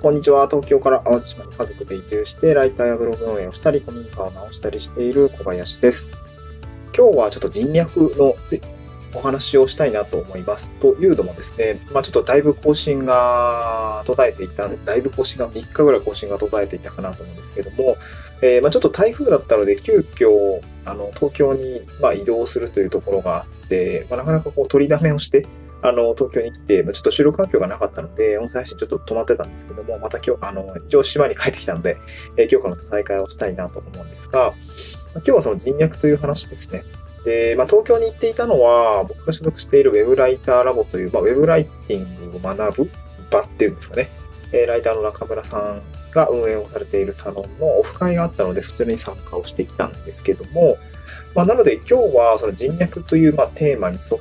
こんにちは。東京から淡路島に家族で移住して、ライターやブログ運営をしたり、古民家を直したりしている小林です。今日はちょっと人脈のお話をしたいなと思います。というのもですね、ちょっとだいぶ3日ぐらい更新が途絶えていたかなと思うんですけども、ちょっと台風だったので、急遽、東京に、移動するというところがあって、なかなか取りだめをして、東京に来て、ちょっと収録環境がなかったので、音声配信ちょっと止まってたんですけども、また今日、一応島に帰ってきたので、今日から再開をしたいなと思うんですが、今日はその人脈という話ですね。で、東京に行っていたのは、僕が所属しているウェブライターラボという、ウェブライティングを学ぶ場っていうんですかね。ライターの中村さんが運営をされているサロンのオフ会があったので、そちらに参加をしてきたんですけども、なので今日はその人脈というテーマに沿って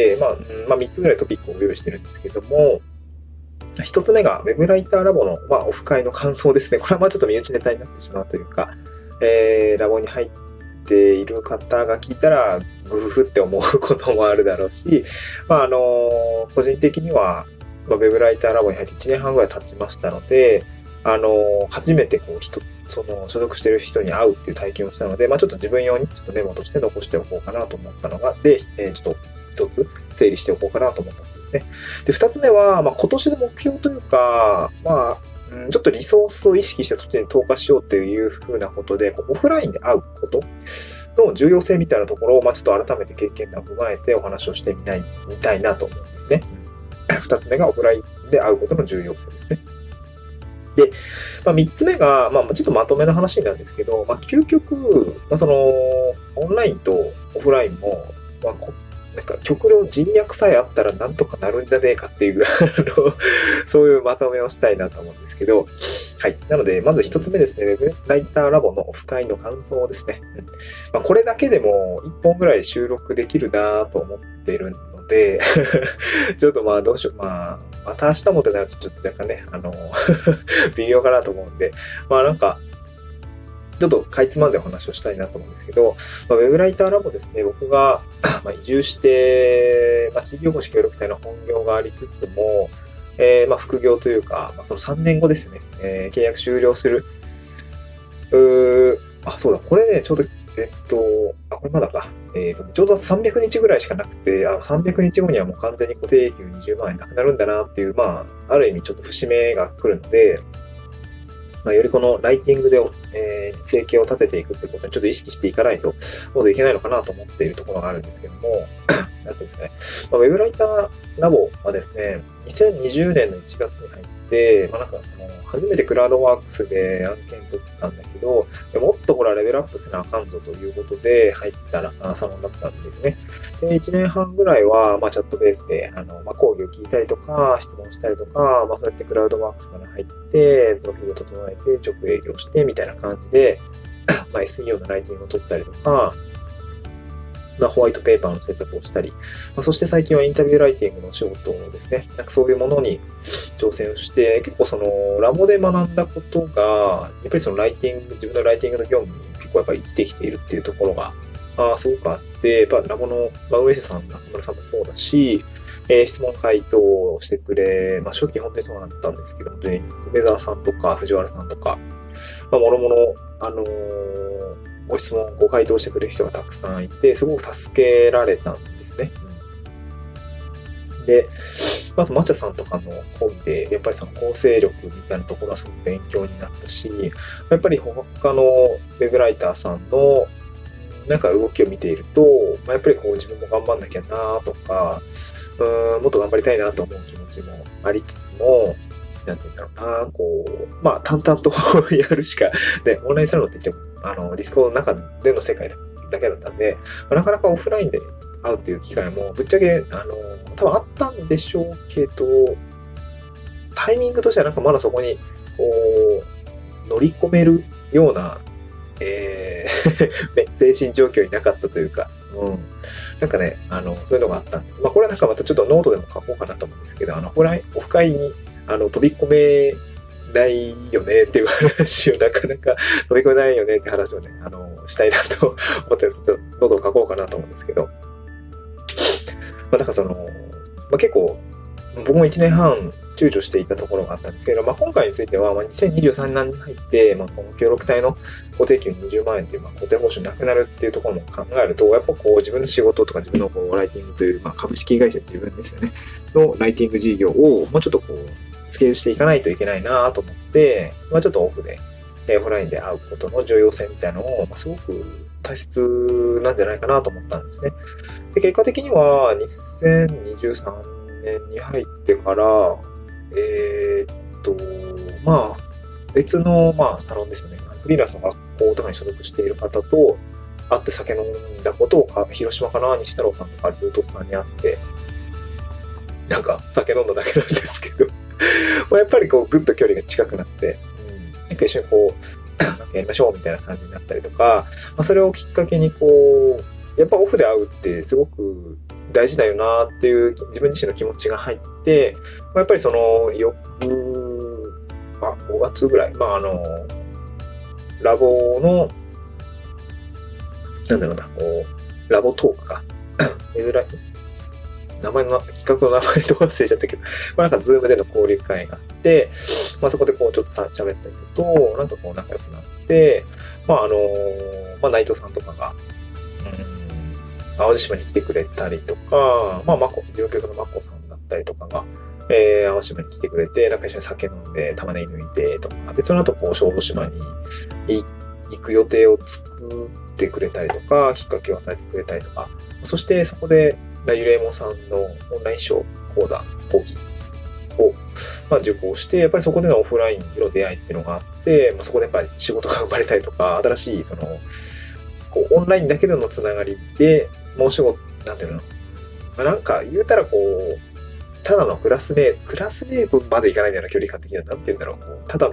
、3つぐらいトピックを用意してるんですけども、1つ目がウェブライターラボの、オフ会の感想ですね。これはちょっと身内ネタになってしまうというか、ラボに入っている方が聞いたら、グフフって思うこともあるだろうし、個人的には、ウェブライターラボに入って1年半ぐらい経ちましたので、初めてその所属している人に会うっていう体験をしたので、ちょっと自分用にちょっとメモとして残しておこうかなと思ったのが、で、ちょっと一つ整理しておこうかなと思ったんですね。で、二つ目は、今年の目標というか、ちょっとリソースを意識してそっちに投下しようっていう風なことで、オフラインで会うことの重要性みたいなところを、ちょっと改めて経験談を踏まえてお話をしてみたいなと思うんですね。二つ目がオフラインで会うことの重要性ですね。で、三つ目が、ちょっとまとめの話なんですけど、究極、その、オンラインとオフラインも、なんか極論人脈さえあったらなんとかなるんじゃねえかっていうそういうまとめをしたいなと思うんですけど、はい。なので、まず一つ目ですね、ウェブライターラボのオフ会の感想ですね。これだけでも1本ぐらい収録できるなと思ってるので、ちょっとどうしよう。また明日もってなるとちょっと若干ね、微妙かなと思うんで、ちょっとかいつまんでお話をしたいなと思うんですけど、ウェブライターラボですね、僕が移住して、地域おこし協力隊の本業がありつつも、副業というか、その3年後ですよね、契約終了する。そうだ、これね、ちょうど、これまだか。ちょうど300日ぐらいしかなくて、300日後にはもう完全に固定益20万円なくなるんだなっていう、ある意味ちょっと節目が来るので、よりこのライティングで、生計を立てていくってことにちょっと意識していかないと、もういけないのかなと思っているところがあるんですけども、なんていうんですかね。ウェブライターラボはですね、2020年の1月に入って、初めてクラウドワークスで案件取ったんだけど、もっとレベルアップせなあかんぞということで入ったサロンだったんですね。で、1年半ぐらいは、チャットベースで、講義を聞いたりとか、質問したりとか、そうやってクラウドワークスから入って、プロフィール整えて、直営業してみたいな感じで、SEO のライティングを取ったりとか、ホワイトペーパーの制作をしたり、そして最近はインタビューライティングの仕事ですね。そういうものに挑戦をして、結構そのラボで学んだことが、やっぱりそのライティング、自分のライティングの業務に結構やっぱり生きてきているっていうところが、すごくあって、やっぱラボの運営者さん、中村さんもそうだし、質問回答をしてくれ、初期本当にそうだったんですけど、本当に梅沢さんとか藤原さんとか、もろもろ、ご質問、ご回答してくれる人がたくさんいて、すごく助けられたんですね。で、あと、マチャさんとかの講義で、やっぱりその構成力みたいなところはすごく勉強になったし、やっぱり他のウェブライターさんの動きを見ていると、やっぱり自分も頑張んなきゃなとか、もっと頑張りたいなと思う気持ちもありつつも、なんて言うんだろうな、淡々とやるしか、ね、オンラインサロンって言っても、ディスコの中での世界だけだったんで、なかなかオフラインで会うっていう機会もぶっちゃけ、多分あったんでしょうけど、タイミングとしてはまだそこに、乗り込めるような、精神状況になかったというか、そういうのがあったんです。これはまたちょっとノートでも書こうかなと思うんですけど、オフ会に、飛び込めないよねっていう話をなかなか飛び込めないよねって話をね、したいなと思ってちょっとノートを書こうかなと思うんですけど、結構、 僕も1年半躊躇していたところがあったんですけど、今回については、2023年に入って、この協力隊の固定給20万円っていう、固定報酬なくなるっていうところも考えると、やっぱ自分の仕事とか自分のライティングという、株式会社自分ですよね、のライティング事業をもうちょっとスケールしていかないといけないなと思って、ちょっとオフで、オフラインで会うことの重要性みたいなのを、すごく大切なんじゃないかなと思ったんですね。で、結果的には、2023年に入ってから、別の、サロンですよね。フリーランスの学校とかに所属している方と会って酒飲んだことを、広島かな、西太郎さんとかルートスさんに会って、酒飲んだだけなんですけど、やっぱりぐっと距離が近くなって、一緒にやりましょうみたいな感じになったりとか、それをきっかけにやっぱオフで会うってすごく大事だよなっていう自分自身の気持ちが入って、やっぱりその5月ぐらい、ラボの、ラボトークか。企画の名前と忘れちゃったけど、ズームでの交流会があって、そこでちょっと喋った人と、仲良くなって、内藤さんとかが、淡路島に来てくれたりとか、事務局のマコさんだったりとかが、淡路島に来てくれて、一緒に酒飲んで、玉ねぎ抜いて、とか、で、その後、小豆島に行く予定を作ってくれたりとか、きっかけを与えてくれたりとか、そしてそこで、ゆれもさんのオンライン講義を、受講して、やっぱりそこでのオフラインでの出会いっていうのがあって、そこでやっぱり仕事が生まれたりとか、新しい、オンラインだけでのつながりで、もう仕事、なんていうの、言うたらただのクラスメートまでいかないような距離感的な、なんていうんだろう、ただの、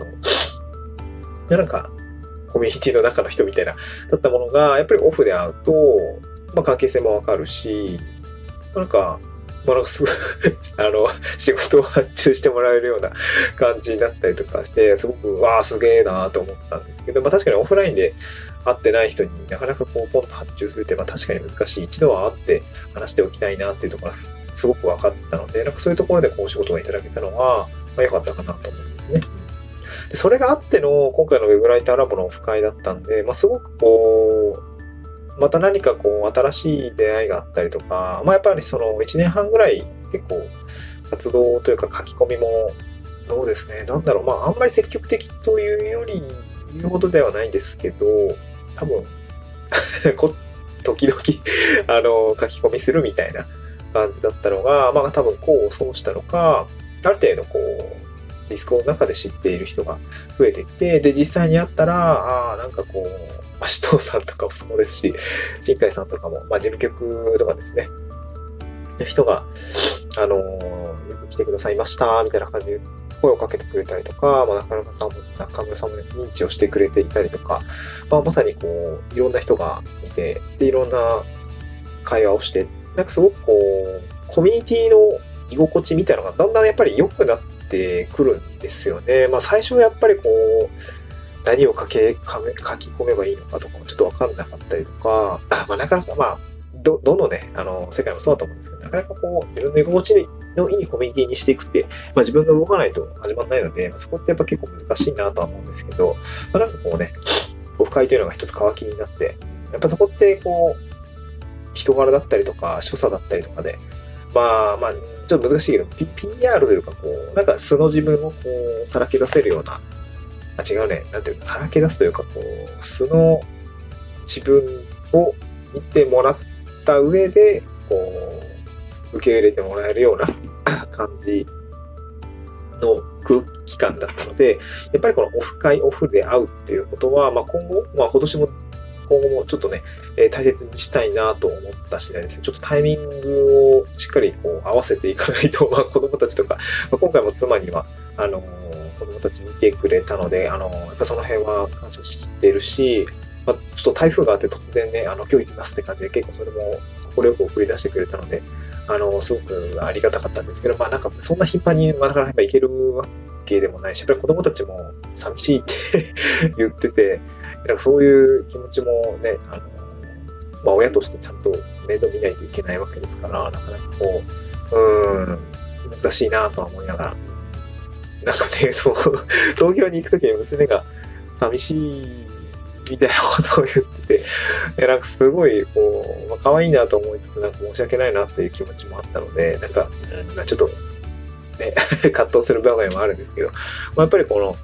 コミュニティの中の人みたいな、だったものが、やっぱりオフで会うと、関係性もわかるし、すごい仕事を発注してもらえるような感じになったりとかして、すごく、すげえなと思ったんですけど、確かにオフラインで会ってない人になかなかポンと発注するって、確かに難しい。一度は会って話しておきたいなっていうところがすごく分かったので、そういうところで仕事がいただけたのは、良かったかなと思うんですね。で、それがあっての、今回のウェブライターラボのオフ会だったんで、すごくまた何か新しい出会いがあったりとか、やっぱりその1年半ぐらい結構活動というか書き込みも、どうですね、あんまり積極的というほどではないんですけど、多分、時々、書き込みするみたいな感じだったのが、多分そうしたのか、ある程度ディスコの中で知っている人が増えてきて、で、実際に会ったら、紫藤さんとかもそうですし、新海さんとかも、事務局とかですね、人が、よく来てくださいました、みたいな感じで声をかけてくれたりとか、中村さんもね、認知をしてくれていたりとか、まさにいろんな人がいて、で、いろんな会話をして、すごくコミュニティの居心地みたいなのがだんだんやっぱり良くなってくるんですよね。最初はやっぱり何を書き込めばいいのかとかもちょっとわかんなかったりとか、なかなかどのね、世界もそうだと思うんですけど、なかなか自分の居心地のいいコミュニティにしていくって、自分が動かないと始まらないので、そこってやっぱ結構難しいなとは思うんですけど、オフ会というのが一つ皮切りになって、やっぱそこって人柄だったりとか、所作だったりとかで、ちょっと難しいけど、PR というか、素の自分をさらけ出せるような、違うね。さらけ出すというか、素の自分を見てもらった上で、受け入れてもらえるような感じの空気感だったので、やっぱりオフで会うっていうことは、今後もちょっとね、大切にしたいなと思った次第ですね。ちょっとタイミングをしっかり合わせていかないと、子供たちとか、今回も妻には、子供たち見てくれたので、やっぱその辺は感謝してるし、ちょっと台風があって突然ね、今日行きますって感じで結構それも快く送り出してくれたので、すごくありがたかったんですけど、そんな頻繁になかなかやっぱ行けるわけでもないし、やっぱり子供たちも寂しいって言ってて、そういう気持ちもね、親としてちゃんと面倒見ないといけないわけですから、なかなか難しいなとは思いながら。なんかね、そう、東京に行くときに娘が寂しいみたいなことを言ってて、なんかすごい、可愛いなと思いつつ、なんか申し訳ないなっていう気持ちもあったので、なんか、ちょっと、ね、葛藤する場面もあるんですけど、やっぱり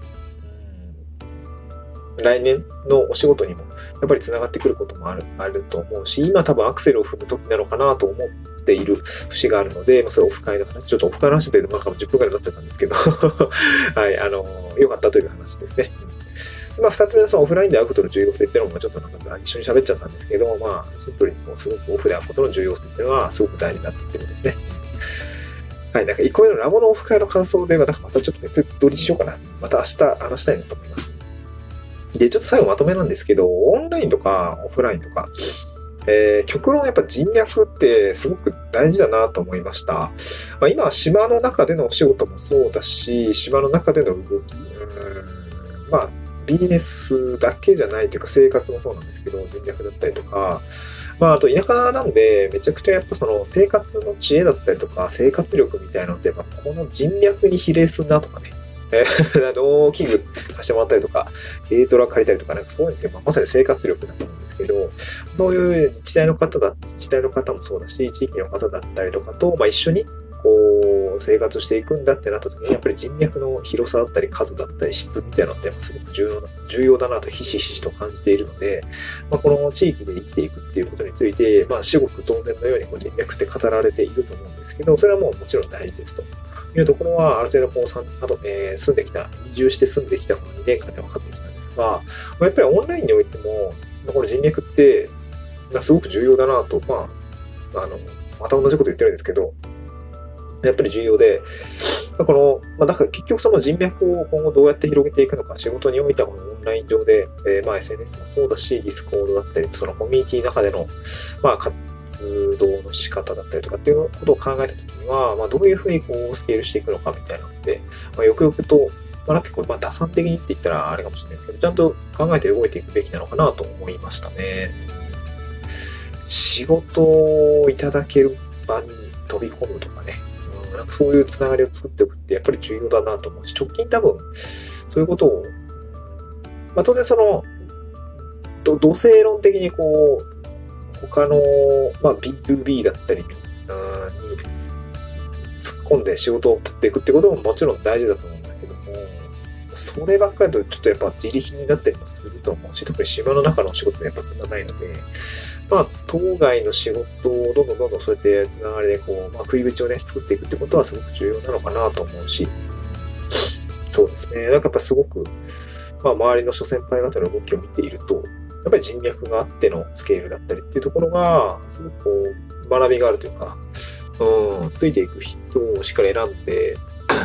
来年のお仕事にもやっぱり繋がってくることもあると思うし、今多分アクセルを踏む時なのかなと思っている節があるので、それオフ会の話、ちょっとオフ会の話で10分くらいになっちゃったんですけど、はい、良かったという話ですね。二つ目のそのオフラインで会うことの重要性っていうのもちょっと一緒に喋っちゃったんですけど、シンプルにすごくオフで会うことの重要性っていうのはすごく大事だったってことですね。はい、なんか1個目のラボのオフ会の感想では、またちょっと別撮りしようかな。また明日話したいなと思います。で、ちょっと最後まとめなんですけど、オンラインとかオフラインとか、極論やっぱ人脈ってすごく大事だなと思いました。今は島の中でのお仕事もそうだし、島の中での動き、ビジネスだけじゃないというか生活もそうなんですけど、人脈だったりとか、あと田舎なんでめちゃくちゃやっぱその生活の知恵だったりとか生活力みたいなのってやっぱこの人脈に比例するなとかね、農機具貸してもらったりとか、軽トラ借りたりとか、なんかそういうのってまさに生活力だと思うんですけど、そういう自治体の方もそうだし、地域の方だったりとかと、一緒に生活していくんだってなった時に、やっぱり人脈の広さだったり数だったり質みたいなのってすごく重要だなとひしひしと感じているので、この地域で生きていくっていうことについて、至極当然のように人脈って語られていると思うんですけど、それはもちろん大事ですというところは、ある程度移住して住んできたこの2年間で分かってきたんですが、やっぱりオンラインにおいても、この人脈って、すごく重要だなと、また同じこと言ってるんですけど、やっぱり重要で、だから結局その人脈を今後どうやって広げていくのか、仕事においてはこのオンライン上で、SNS もそうだし、ディスコードだったり、そのコミュニティの中での、活動の仕方だったりとかっていうことを考えたときには、どういうふうにスケールしていくのかみたいなので、よくよくと、結構打算的にって言ったらあれかもしれないですけど、ちゃんと考えて動いていくべきなのかなと思いましたね。仕事をいただける場に飛び込むとかね、そういうつながりを作っておくってやっぱり重要だなと思うし、直近多分そういうことを、当然その土星論的に他の、B2B だったりに突っ込んで仕事を取っていくってことももちろん大事だと思うんだけども、そればっかりだとちょっとやっぱ自利品になったりもすると思うし、特に島の中のお仕事ってやっぱそんなないので、当該の仕事をどんどんそうやってつながりで食い口をね、作っていくってことはすごく重要なのかなと思うし、そうですね。なんかやっぱすごく、周りの諸先輩方の動きを見ていると、やっぱり人脈があってのスケールだったりっていうところが、すごく学びがあるというか、ついていく人をしっかり選んで、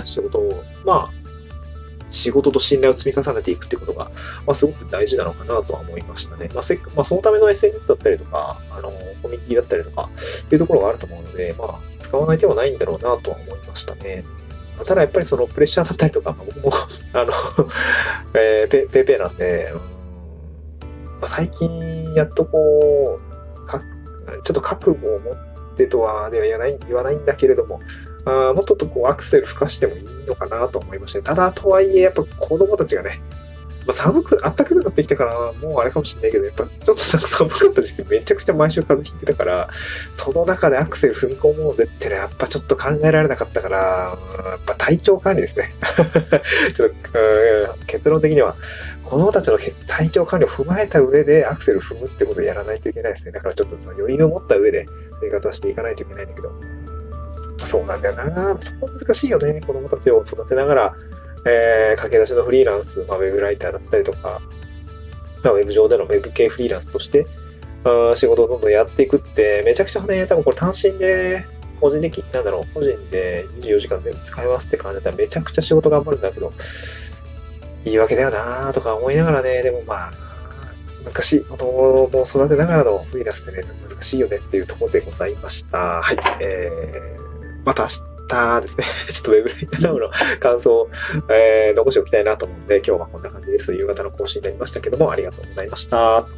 仕事と信頼を積み重ねていくってことが、すごく大事なのかなとは思いましたね。そのための SNS だったりとか、コミュニティだったりとか、っていうところがあると思うので、使わない手はないんだろうなとは思いましたね。ただやっぱりそのプレッシャーだったりとか、僕もペーペーなんで、最近やっとちょっと覚悟を持ってとは言わないんだけれども、もっとアクセル吹かしてもいいのかなと思いました。ただとはいえやっぱ子供たちがね、暖かくなってきたからもうあれかもしれないけど、やっぱちょっと寒かった時期めちゃくちゃ毎週風邪ひいてたから、その中でアクセル踏み込もうぜってね、やっぱちょっと考えられなかったから、やっぱ体調管理ですね。ちょっと結論的には子供たちの体調管理を踏まえた上でアクセル踏むってことをやらないといけないですね。だからちょっとその余裕を持った上で生活はしていかないといけないんだけど、そうなんだよな。そこ難しいよね。子供たちを育てながら、駆け出しのフリーランス、ウェブライターだったりとか、ウェブ上でのウェブ系フリーランスとして、仕事をどんどんやっていくって、めちゃくちゃね、多分これ単身で、個人で24時間で使いますって感じだったらめちゃくちゃ仕事頑張るんだけど、言い訳だよなとか思いながらね、でも難しい。子供も育てながらのフリーランスってね、難しいよねっていうところでございました。はい。また明日ですね。ちょっとウェブライターラボの感想を、残しておきたいなと思うので、今日はこんな感じです。夕方の更新になりましたけども、ありがとうございました。